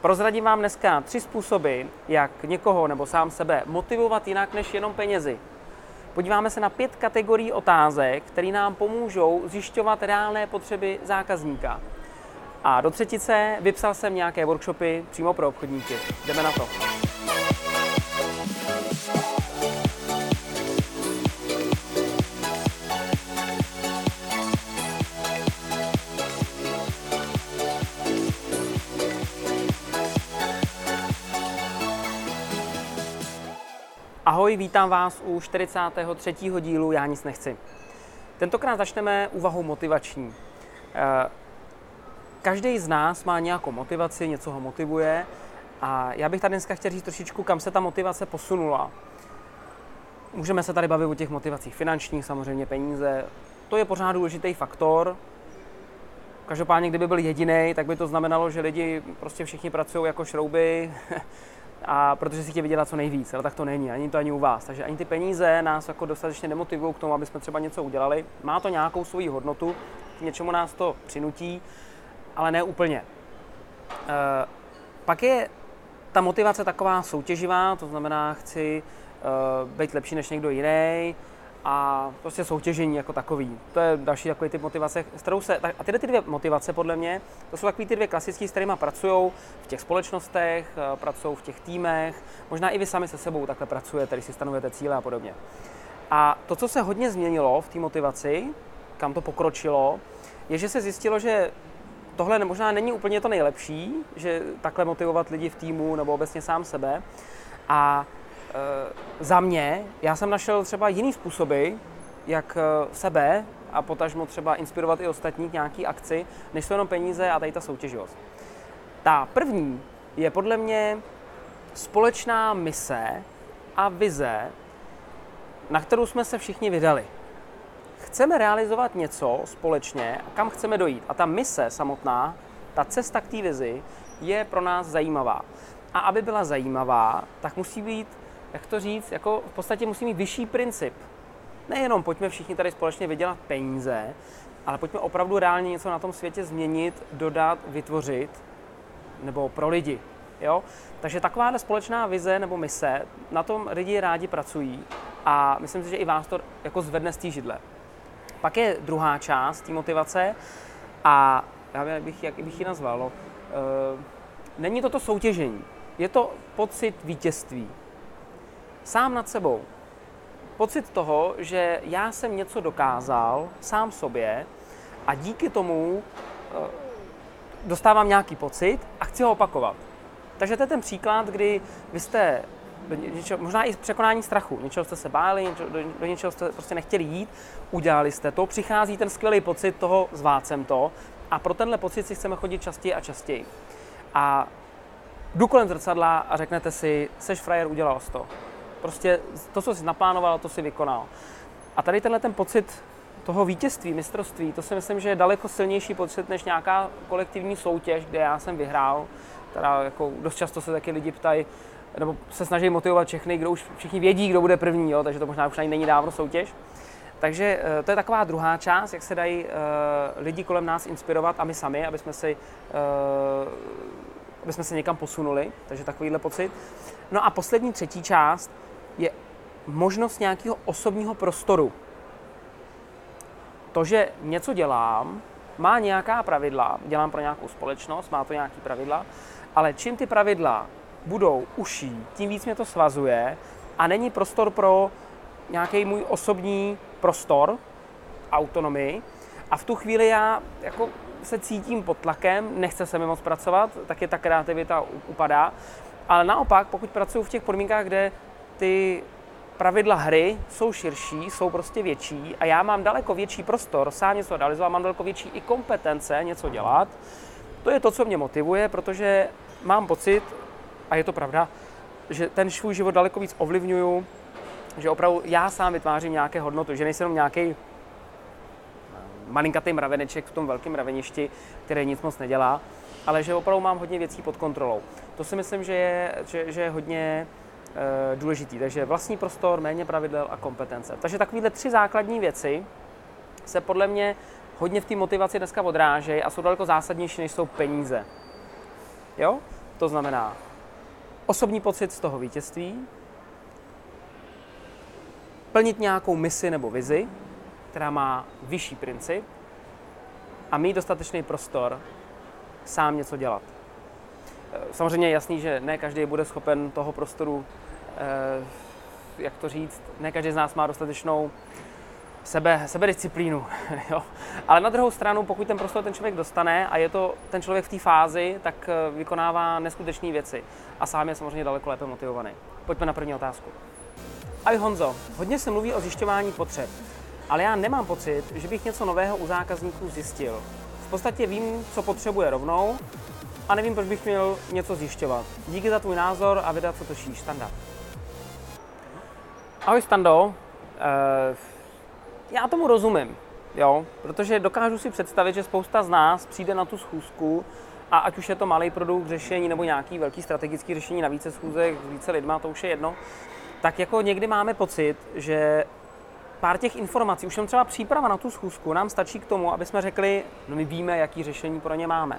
Prozradím vám dneska 3 způsoby, jak někoho nebo sám sebe motivovat jinak než jenom penězi. Podíváme se na 5 kategorií otázek, které nám pomůžou zjišťovat reálné potřeby zákazníka. A do třetice vypsal jsem nějaké workshopy přímo pro obchodníky. Jdeme na to. Ahoj, vítám vás u 43. dílu Já nic nechci. Tentokrát začneme úvahou motivační. Každý z nás má nějakou motivaci, něco ho motivuje a já bych tady dneska chtěl říct trošičku, kam se ta motivace posunula. Můžeme se tady bavit o těch motivacích finančních, samozřejmě peníze. To je pořád důležitý faktor. Každopádně, kdyby byl jediný, tak by to znamenalo, že lidi prostě všichni pracují jako šrouby, a protože si chtějí vydělat co nejvíc, ale tak to není, ani to ani u vás. Takže ani ty peníze nás jako dostatečně nemotivují k tomu, aby jsme třeba něco udělali. Má to nějakou svoji hodnotu, k něčemu nás to přinutí, ale ne úplně. Pak je ta motivace taková soutěživá, to znamená, chci být lepší než někdo jiný a prostě soutěžení jako takový. To je další takový typ motivace, s kterou se, a tyhle ty 2 motivace podle mě, to jsou takový ty 2 klasické, s kterými pracují v těch společnostech, pracují v těch týmech, možná i vy sami se sebou takhle pracujete, když si stanovujete cíle a podobně. A to, co se hodně změnilo v té motivaci, kam to pokročilo, je, že se zjistilo, že tohle možná není úplně to nejlepší, že takhle motivovat lidi v týmu nebo obecně sám sebe. A za mě, já jsem našel třeba jiný způsoby, jak sebe a potažmo třeba inspirovat i ostatní k nějaký akci, než jsou jenom peníze a tady ta soutěživost. Ta první je podle mě společná mise a vize, na kterou jsme se všichni vydali. Chceme realizovat něco společně, kam chceme dojít. A ta mise samotná, ta cesta k té vizi, je pro nás zajímavá. A aby byla zajímavá, tak musí být, jak to říct, jako v podstatě musí mít vyšší princip. Nejenom pojďme všichni tady společně vydělat peníze, ale pojďme opravdu reálně něco na tom světě změnit, dodat, vytvořit, nebo pro lidi. Jo? Takže takováhle společná vize nebo mise, na tom lidi rádi pracují a myslím si, že i vás to jako zvedne z té židle. Pak je druhá část té motivace a jak bych ji nazval, není to soutěžení, je to pocit vítězství. Sám nad sebou. Pocit toho, že já jsem něco dokázal sám sobě a díky tomu dostávám nějaký pocit a chci ho opakovat. Takže to je ten příklad, kdy vy jste možná i překonání strachu, něčeho jste se báli, do něčeho jste prostě nechtěli jít, udělali jste to, přichází ten skvělý pocit toho, zvládl jsem to a pro tenhle pocit si chceme chodit častěji a častěji. A jdu kolem zrcadla a řeknete si, seš frajer, udělal jsi to. Prostě to, co jsi naplánoval, to si vykonal. A tady tenhle ten pocit toho vítězství, mistrovství, to si myslím, že je daleko silnější pocit než nějaká kolektivní soutěž, kde já jsem vyhrál. Teda jako dost často se taky lidi ptají, nebo se snaží motivovat všechny, kdo už všichni vědí, kdo bude první, jo, takže to možná už ani není dávno soutěž. Takže to je taková druhá část, jak se dají lidi kolem nás inspirovat a my sami, aby jsme se někam posunuli, takže takovýhle pocit. No a poslední třetí část je možnost nějakého osobního prostoru. To, že něco dělám, má nějaká pravidla, dělám pro nějakou společnost, má to nějaký pravidla, ale čím ty pravidla budou užší, tím víc mě to svazuje a není prostor pro nějaký můj osobní prostor, autonomii a v tu chvíli já jako se cítím pod tlakem, nechce se mi moc pracovat, tak je ta kreativita upadá, ale naopak, pokud pracuji v těch podmínkách, kde ty pravidla hry jsou širší, jsou prostě větší a já mám daleko větší prostor sám něco realizovat, mám daleko větší i kompetence něco dělat, to je to, co mě motivuje, protože mám pocit, a je to pravda, že ten svůj život daleko víc ovlivňuju, že opravdu já sám vytvářím nějaké hodnoty, že nejsem jenom nějaký malinkatý mraveneček v tom velkém mraveništi, který nic moc nedělá, ale že opravdu mám hodně věcí pod kontrolou. To si myslím, že je hodně důležitý. Takže vlastní prostor, méně pravidel a kompetence. Takže takovéhle 3 základní věci se podle mě hodně v té motivaci dneska odrážejí a jsou daleko zásadnější, než jsou peníze. Jo? To znamená osobní pocit z toho vítězství, plnit nějakou misi nebo vizi, která má vyšší princip a mít dostatečný prostor sám něco dělat. Samozřejmě je jasný, že ne každý bude schopen toho prostoru, jak to říct, ne každý z nás má dostatečnou sebedisciplínu. Jo? Ale na druhou stranu, pokud ten prostor ten člověk dostane a je to ten člověk v té fázi, tak vykonává neskutečné věci a sám je samozřejmě daleko lépe motivovaný. Pojďme na první otázku. Ahoj Honzo, hodně se mluví o zjišťování potřeb, ale já nemám pocit, že bych něco nového u zákazníků zjistil. V podstatě vím, co potřebuje rovnou a nevím, proč bych měl něco zjišťovat. Díky za tvůj názor a videa, co točíš. Standa. Ahoj Stando, já tomu rozumím, jo, protože dokážu si představit, že spousta z nás přijde na tu schůzku a ať už je to malý produkt řešení nebo nějaký velký strategický řešení na více schůzek s více lidma, to už je jedno, tak jako někdy máme pocit, že pár těch informací, už jen třeba příprava na tu schůzku, nám stačí k tomu, aby jsme řekli, no my víme, jaký řešení pro ně máme.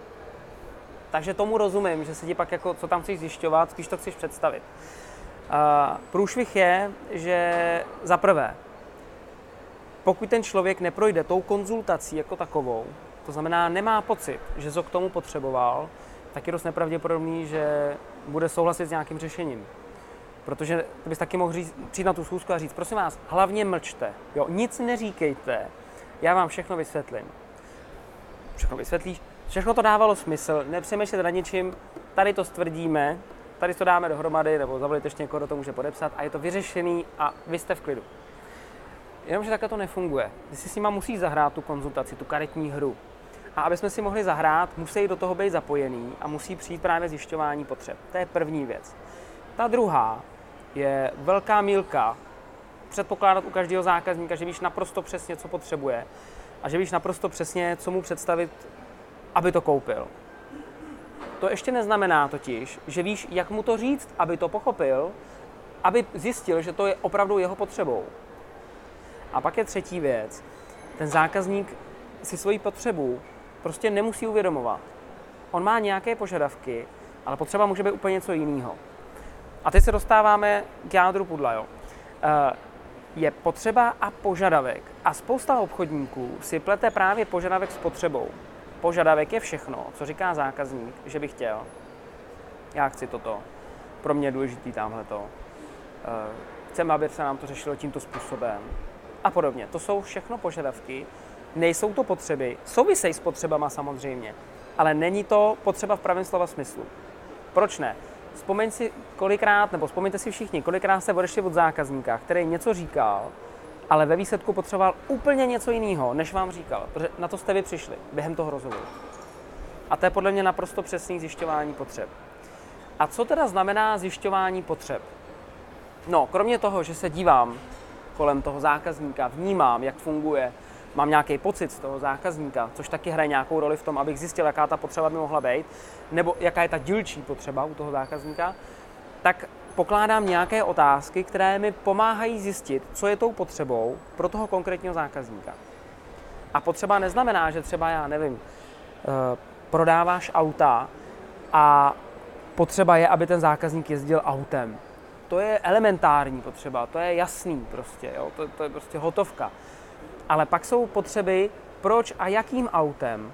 Takže tomu rozumím, že se ti pak jako, co tam chceš zjišťovat, spíš to chceš představit. Průšvih je, že za prvé, pokud ten člověk neprojde tou konzultací jako takovou, to znamená nemá pocit, že to k tomu potřeboval, tak je dost nepravděpodobný, že bude souhlasit s nějakým řešením. Protože ty bys taky mohl přijít na tu schůzku a říct, prosím vás, hlavně mlčte, jo, nic neříkejte, já vám všechno vysvětlím. Všechno vysvětlíš, všechno to dávalo smysl, nepřemýšlet nad něčím, tady to stvrdíme, tady to dáme dohromady, nebo zavolit ještě někoho, kdo to může podepsat a je to vyřešený a vy jste v klidu. Jenomže takhle to nefunguje. Ty si s nima musíš zahrát tu konzultaci, tu karetní hru. A aby jsme si mohli zahrát, musí do toho být zapojený a musí přijít právě zjišťování potřeb. To je první věc. Ta druhá je velká mýlka předpokládat u každého zákazníka, že víš naprosto přesně, co potřebuje a že víš naprosto přesně, co mu představit, aby to koupil. To ještě neznamená totiž, že víš, jak mu to říct, aby to pochopil, aby zjistil, že to je opravdu jeho potřebou. A pak je třetí věc. Ten zákazník si svoji potřebu prostě nemusí uvědomovat. On má nějaké požadavky, ale potřeba může být úplně něco jiného. A teď se dostáváme k jádru pudla. Jo. Je potřeba a požadavek. A spousta obchodníků si plete právě požadavek s potřebou. Požadavek je všechno, co říká zákazník, že by chtěl. Já chci toto. Pro mě je důležitý tamhleto. Chceme, aby se nám to řešilo tímto způsobem. A podobně. To jsou všechno požadavky, nejsou to potřeby, souvisejí s potřebama samozřejmě, ale není to potřeba v pravém slova smyslu. Proč ne? Vzpomeňte si všichni, kolikrát jste odešli od zákazníka, který něco říkal, ale ve výsledku potřeboval úplně něco jiného, než vám říkal, protože na to jste vy přišli během toho rozhovoru. A to je podle mě naprosto přesný zjišťování potřeb. A co teda znamená zjišťování potřeb? No, kromě toho, že se dívám kolem toho zákazníka, vnímám, jak funguje, mám nějaký pocit z toho zákazníka, což taky hraje nějakou roli v tom, abych zjistil, jaká ta potřeba by mohla být, nebo jaká je ta dílčí potřeba u toho zákazníka, tak pokládám nějaké otázky, které mi pomáhají zjistit, co je tou potřebou pro toho konkrétního zákazníka. A potřeba neznamená, že třeba, já nevím, prodáváš auta a potřeba je, aby ten zákazník jezdil autem. To je elementární potřeba, to je jasný prostě, jo? To je prostě hotovka. Ale pak jsou potřeby, proč a jakým autem,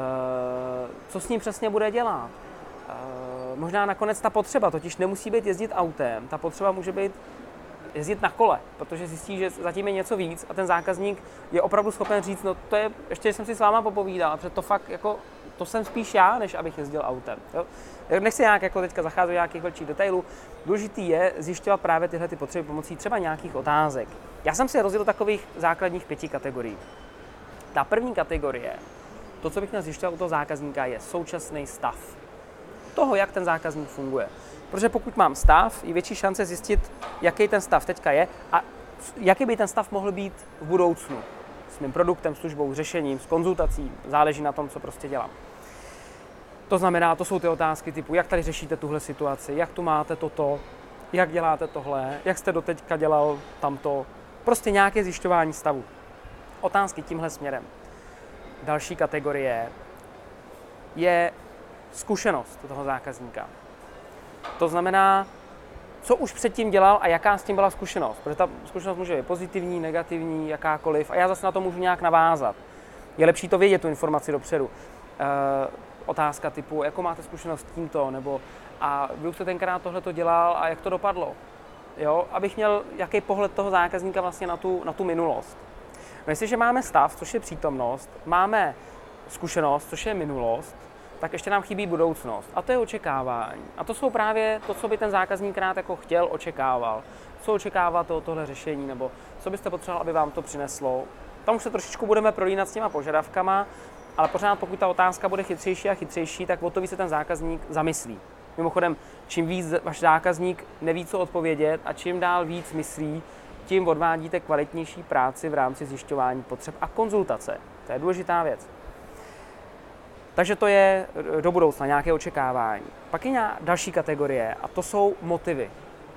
co s ním přesně bude dělat. Možná nakonec ta potřeba totiž nemusí být jezdit autem, ta potřeba může být jezdit na kole, protože zjistí, že zatím je něco víc a ten zákazník je opravdu schopen říct, no to je, ještě jsem si s váma popovídal, protože to fakt jako, to jsem spíš já, než abych jezdil autem. Jo? Nechci nějak jako teďka zacházet do nějakých velkých detailů. Důležitý je zjišťovat právě tyhle ty potřeby pomocí třeba nějakých otázek. Já jsem si rozdělil takových základních 5 kategorií. Ta první kategorie, to, co bych měl zjišťovat u toho zákazníka, je současný stav toho, jak ten zákazník funguje. Protože pokud mám stav, je větší šance zjistit, jaký ten stav teďka je a jaký by ten stav mohl být v budoucnu. S mým produktem, službou, řešením, s konzultací, záleží na tom, co prostě dělám. To znamená, to jsou ty otázky typu, jak tady řešíte tuhle situaci, jak tu máte toto, jak děláte tohle, jak jste doteďka dělal tamto. Prostě nějaké zjišťování stavu. Otázky tímhle směrem. Další kategorie je zkušenost toho zákazníka. To znamená, co už předtím dělal a jaká s tím byla zkušenost. Protože ta zkušenost může být pozitivní, negativní, jakákoliv. A já zase na to můžu nějak navázat. Je lepší to vědět, tu informaci dopředu. Otázka typu, jakou máte zkušenost s tímto, nebo a vy už jste tenkrát tohleto dělal a jak to dopadlo. Jo? Abych měl jaký pohled toho zákazníka vlastně na tu minulost. No jestliže máme stav, což je přítomnost, máme zkušenost, což je minulost, tak ještě nám chybí budoucnost. A to je očekávání. A to jsou právě to, co by ten zákazník rád jako chtěl, očekával. Co očekává tohle řešení, nebo co byste potřeboval, aby vám to přineslo. Tam už se trošičku budeme prolínat s těma požadavkama, ale pořád pokud ta otázka bude chytřejší a chytřejší, tak o to víc se ten zákazník zamyslí. Mimochodem, čím víc váš zákazník neví, co odpovědět a čím dál víc myslí, tím odvádíte kvalitnější práci v rámci zjišťování potřeb a konzultace. To je důležitá věc. Takže to je do budoucna nějaké očekávání. Pak je další kategorie a to jsou motivy.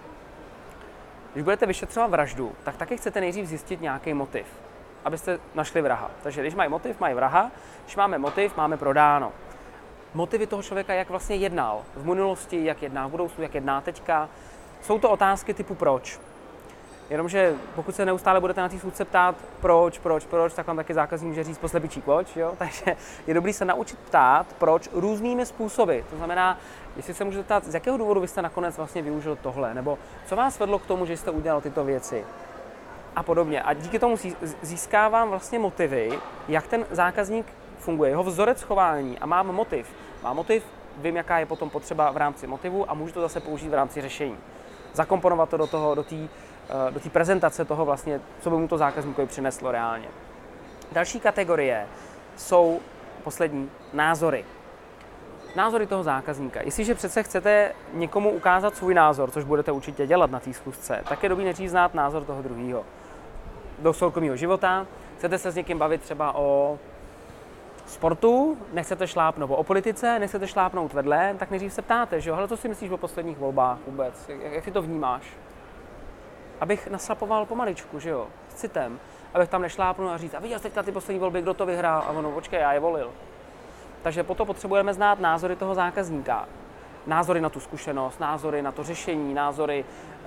Když budete vyšetřovat vraždu, tak taky chcete nejdřív zjistit nějaký motiv, abyste našli vraha. Takže když mají motiv, mají vraha, když máme motiv, máme prodáno. Motivy toho člověka, jak vlastně jednal v minulosti, jak jedná v budoucnu, jak jedná teďka. Jsou to otázky typu proč. Jenomže pokud se neustále budete na té schůzce ptát proč, tak vám taky zákazník může říct poslepičí koč, jo? Takže je dobrý se naučit ptát proč různými způsoby. To znamená, jestli se můžete ptát, z jakého důvodu byste nakonec vlastně využil tohle, nebo co vás vedlo k tomu, že jste udělal tyto věci a podobně. A díky tomu získávám vlastně motivy, jak ten zákazník funguje, jeho vzorec chování a mám motiv. Mám motiv, vím, jaká je potom potřeba v rámci motivu a můžu to zase použít v rámci řešení. Zakomponovat to do té prezentace toho vlastně, co by mu to zákazníkovi přineslo reálně. Další kategorie jsou poslední názory. Názory toho zákazníka. Jestliže přece chcete někomu ukázat svůj názor, což budete určitě dělat na té schůzce, tak je dobrý nejdřív znát názor toho druhého. Do soukromého života, chcete se s někým bavit třeba o sportu, nechcete šlápnout o politice, nechcete šlápnout vedle, tak nejdřív se ptáte, že jo, hele, co si myslíš o posledních volbách vůbec, jak ty to vnímáš? Abych naslapoval pomaličku, že jo, s citem, abych tam nešlápnul a říct, a viděl jsi teďka ty poslední volby, kdo to vyhrál? A ono, počkej, já je volil. Takže potom potřebujeme znát názory toho zákazníka. Názory na tu zkušenost, názory na to řešení, názory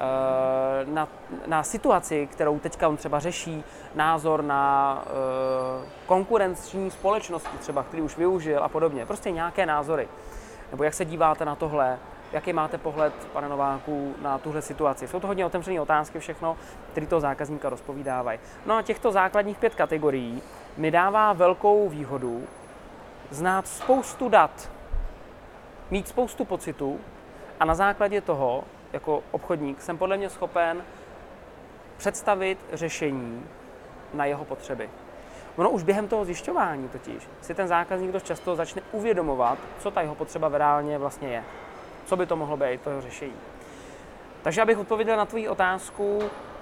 na situaci, kterou teďka on třeba řeší, názor na konkurenční společnosti třeba, který už využil a podobně. Prostě nějaké názory. Nebo jak se díváte na tohle, jaký máte pohled, pane Nováku, na tuhle situaci. Jsou to hodně otevřené otázky všechno, které toho zákazníka rozpovídávají. No a těchto základních 5 kategorií mi dává velkou výhodu znát spoustu dat, mít spoustu pocitů a na základě toho, jako obchodník, jsem podle mě schopen představit řešení na jeho potřeby. Ono už během toho zjišťování totiž si ten zákazník dost často začne uvědomovat, co ta jeho potřeba reálně vlastně je. Co by to mohlo být, toho řešení. Takže abych odpověděl na tvoji otázku,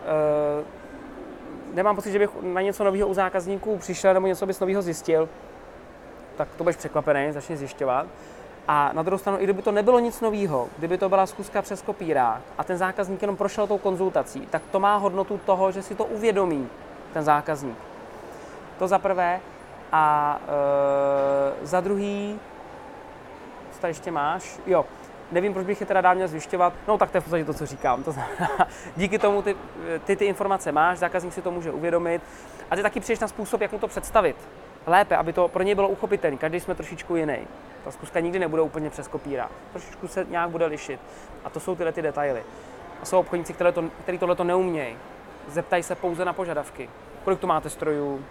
nemám pocit, že bych na něco nového u zákazníků přišel nebo něco bys nového zjistil, tak to budeš překvapený, začni zjišťovat. A na druhou stranu, i kdyby to nebylo nic nového, kdyby to byla schůzka přes kopírák a ten zákazník jenom prošel tou konzultací, tak to má hodnotu toho, že si to uvědomí ten zákazník. To za prvé. A za druhý, co tady ještě máš? Jo, nevím, proč bych je teda dál měl zjišťovat. No tak to je v podstatě to, co říkám. To znamená, díky tomu ty informace máš, zákazník si to může uvědomit a ty taky přijdeš na způsob, jak mu to představit. Lépe, aby to pro něj bylo uchopitelné. Každý jsme trošičku jiný. Ta zkuska nikdy nebude úplně přes kopírák. Trošičku se nějak bude lišit. A to jsou tyhle ty detaily. A jsou obchodníci, kteří tohleto neumějí. Zeptají se pouze na požadavky. Kolik tu máte strojů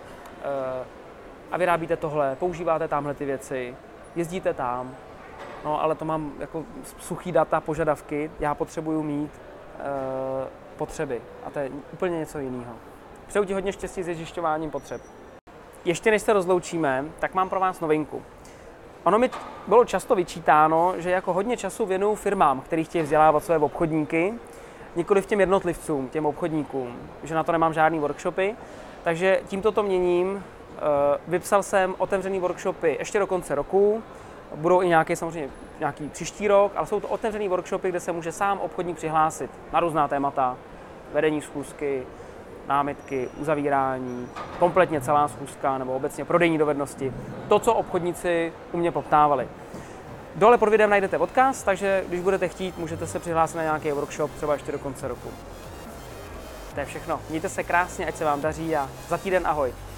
a vyrábíte tohle, používáte tamhle ty věci, jezdíte tam. No, ale to mám jako suchý data, požadavky. Já potřebuju mít potřeby. A to je úplně něco jiného. Přeju ti hodně štěstí se zjišťováním potřeb. Ještě než se rozloučíme, tak mám pro vás novinku. Ono mi bylo často vyčítáno, že jako hodně času věnuju firmám, který chtějí vzdělávat své obchodníky, nikoliv těm jednotlivcům, těm obchodníkům, že na to nemám žádný workshopy. Takže tímto to měním. Vypsal jsem otevřený workshopy ještě do konce roku. Budou i nějaký příští rok, ale jsou to otevřený workshopy, kde se může sám obchodník přihlásit na různá témata, vedení schůzky, námitky, uzavírání, kompletně celá schůzka nebo obecně prodejní dovednosti. To, co obchodníci u mě poptávali. Dole pod videem najdete odkaz, takže když budete chtít, můžete se přihlásit na nějaký workshop třeba ještě do konce roku. To je všechno. Mějte se krásně, ať se vám daří a za týden ahoj.